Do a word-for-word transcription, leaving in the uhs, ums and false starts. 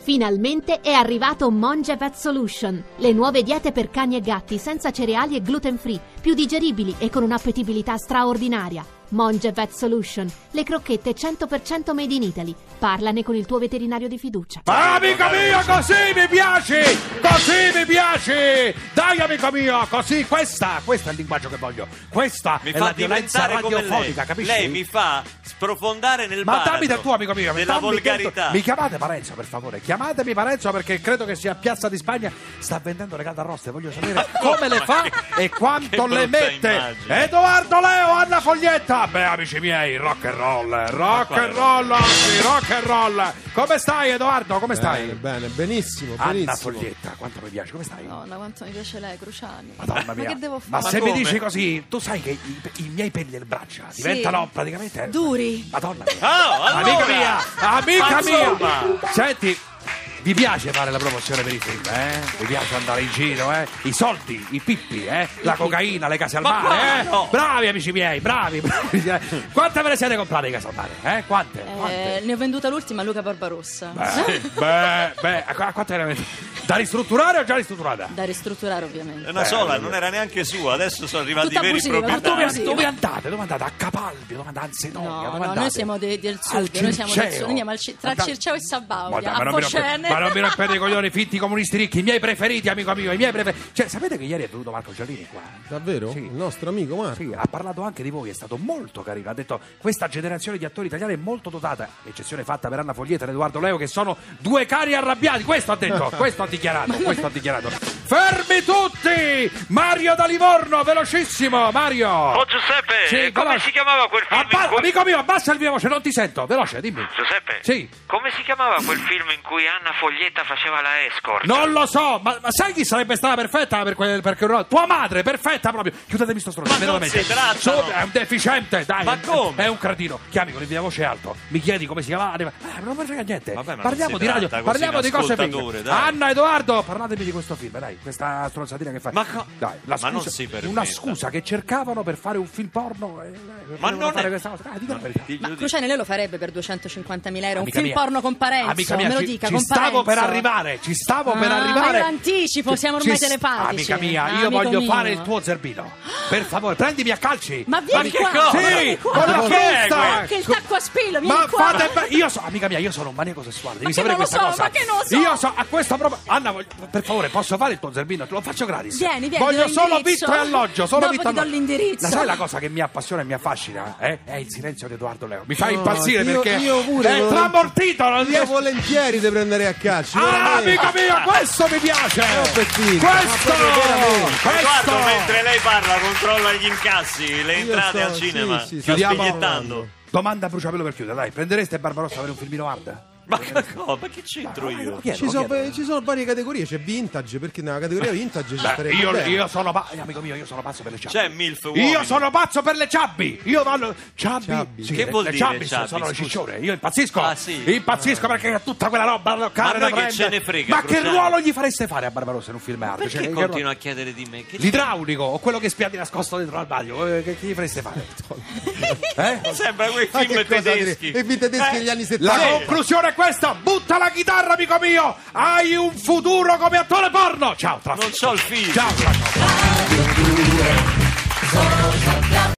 Finalmente è arrivato Monge Vet Solution, le nuove diete per cani e gatti senza cereali e gluten free, più digeribili e con un'appetibilità straordinaria. Monge Vet Solution, le crocchette cento per cento made in Italy. Parlane con il tuo veterinario di fiducia. Ah, amica mia, così mi piace! Così mi piace! Dai, amico mio, così, questa, questo è il linguaggio che voglio. Questa mi è fa la violenza radiofonica, lei. capisci? Lei mi fa sprofondare nel Ma baratro dammi del tuo, amico mio, della dammi volgarità. Del... Mi chiamate Parenzo, per favore, chiamatemi Parenzo, perché credo che sia a Piazza di Spagna, sta vendendo le calde arroste, voglio sapere come le fa e quanto le mette. Immagine. Edoardo Leo, Anna Foglietta. Beh, amici miei, rock and roll, rock and roll oggi, rock and roll. Come stai, Edoardo? Come stai? Bene, bene, benissimo, Anna benissimo. Foglietta, quanto mi piace, come stai? Madonna, quanto mi piace lei, Cruciani. Madonna Ma mia. che devo Ma fare? se Ma mi come? dici così, tu sai che i, i miei peli delle braccia Sì. diventano praticamente Duri. Madonna mia. Oh, allora. Amica mia, amica Ma mia. insomma. Senti, vi piace fare la promozione per i film, eh? Vi piace andare in giro, eh? I soldi, i pippi, eh? La cocaina, le case al Ma mare, eh? quando? Bravi amici miei, bravi, bravi. eh. Quante ve ne siete comprate di case al mare, eh? Quante? Quante? Eh, ne ho venduta l'ultima a Luca Barbarossa. Beh, beh, beh, a qu- a quante ne da ristrutturare o già ristrutturata? Da ristrutturare, ovviamente. È una Beh, sola, eh. non era neanche sua, adesso sono arrivati Tutta i veri abusiva, Ma tutta dove, proprietari. abusiva. dove andate? Dove andate? A Capalbio? Dove andate? A Ansenoia? No, dove no, andate? noi siamo de- del sud, Al noi siamo del Circeo. sud, noi andiamo al Ci- tra Ma dai- Circeo e Ma Sabaudia, dai, ma a non mi rompete- Focene. ma non mi rompete i coglioni, finti comunisti ricchi, i miei preferiti, amico mio, i miei preferiti. Cioè, sapete che ieri è venuto Marco Giallini qua? Davvero? Sì. Il nostro amico Marco. Sì, ha parlato anche di voi, è stato molto carino. Ha detto questa generazione di attori italiani è molto dotata, eccezione fatta per Anna Foglietta ed Edoardo Leo, che sono due cari arrabbiati. Questo ha detto, questo ha dichiarato, questo ha dichiarato. Fermi tutti! Mario da Livorno, velocissimo, Mario! Oh Giuseppe, Sì, e come veloce. si chiamava quel film Abba- in cui... Amico mio, abbassa il mio voce, non ti sento, veloce, dimmi. Giuseppe, Sì. come si chiamava quel film in cui Anna Foglietta faceva la escort? Non lo so, ma, ma sai chi sarebbe stata perfetta per quel, perché tua madre, perfetta proprio. Chiudetemi sto stronzo. Ma non immediatamente. si trattano. Su, è un deficiente, dai. Ma è- come? È un cretino. Chiami con il via voce alto. Mi chiedi come si chiama? Ah, non mi frega niente. Vabbè, ma parliamo non si di radio, tratta così parliamo un di cose ascoltatore, fighe. dai. Anna, Edoardo, parlatemi di questo film, dai. Questa stronzatina che fai. Ma co- dai, la ma non scusa- si permetta. una scusa che cercavano per fare un film porno. eh, eh, Ma volevano non fare è- questa cosa. Dai, dica la verità. Ti Ma giudico. Cruciani lei lo farebbe per duecentocinquantamila euro, un Amica film mia. porno con Parenzo, Amica mia, me lo ci, dica, ci con stavo per Parenzo. arrivare, ci stavo per Ah, arrivare. ma io anticipo, siamo ormai Ci- telepatici. Amica mia, Ah, io amico voglio mio. fare il tuo zerbino. Per favore, prendimi a calci. Ma vieni che qua, cosa? Sì, vieni qua. con la Ma che è frusta. questo? Anche il tacco a spillo, vieni Ma qua. fate be- io so, amica mia, io sono un maniaco sessuale, devi Ma che sapere non lo questa so, cosa. ma che non lo so. Io so, a questo proprio Anna, voglio- per favore, posso fare il tuo zerbino? Te lo faccio gratis. Vieni, vieni, Voglio ti do solo l'indirizzo. vitto e alloggio, solo Dopo vitto e ti do alloggio. l'indirizzo. La sai la cosa che mi appassiona e mi affascina? Eh? È il silenzio di Edoardo Leo. Mi fa No, impazzire io- perché io pure è volen- tramortito, non Io riesco. volentieri ti prenderei a calcio. Ah, veramente. amico mio, questo mi piace! Peppino, Questo! ma proprio veramente. Questo! Guarda, mentre lei parla, controlla gli incassi, le Io entrate sto- al cinema. sì, sì, Sta chiudiamo- spighettando. Domanda a bruciapelo per chiudere, dai. Prendereste Barbarossa per un filmino hard? Ma che cosa? Ma che c'entro Ma- io? lo chiedo, Ci lo sono, chiedo. ci sono varie categorie, c'è vintage, perché nella categoria vintage ci Beh, starebbe io, bene. io sono pazzo, amico mio, io sono pazzo per le ciabbi. C'è Milf uomini. Io sono pazzo per le ciabbi. Io vanno ciabbi. Ciabbi. Sì, Che le- vuol le dire ciabbi ciabbi, sono le scusa? ciccione. Io impazzisco. Ah, sì? Impazzisco perché è tutta quella roba da toccare, Ma da noi che prendere. ce ne frega, Ma che Cruciani? ruolo gli fareste fare a Barbarossa in un film hard? Perché Cioè, che continua ruolo- a chiedere di me? Che L'idraulico o quello che spia di nascosto dentro al bagno? Eh, Che, che gli fareste fare? Eh? sembra quei Ma film che cosa tedeschi. dire? E film tedeschi Eh, degli anni La settanta. conclusione è questa: butta la chitarra, amico mio! Hai un futuro come attore porno! Ciao, tra Non c'ho il figlio. Ciao, ciao, ciao. Radio due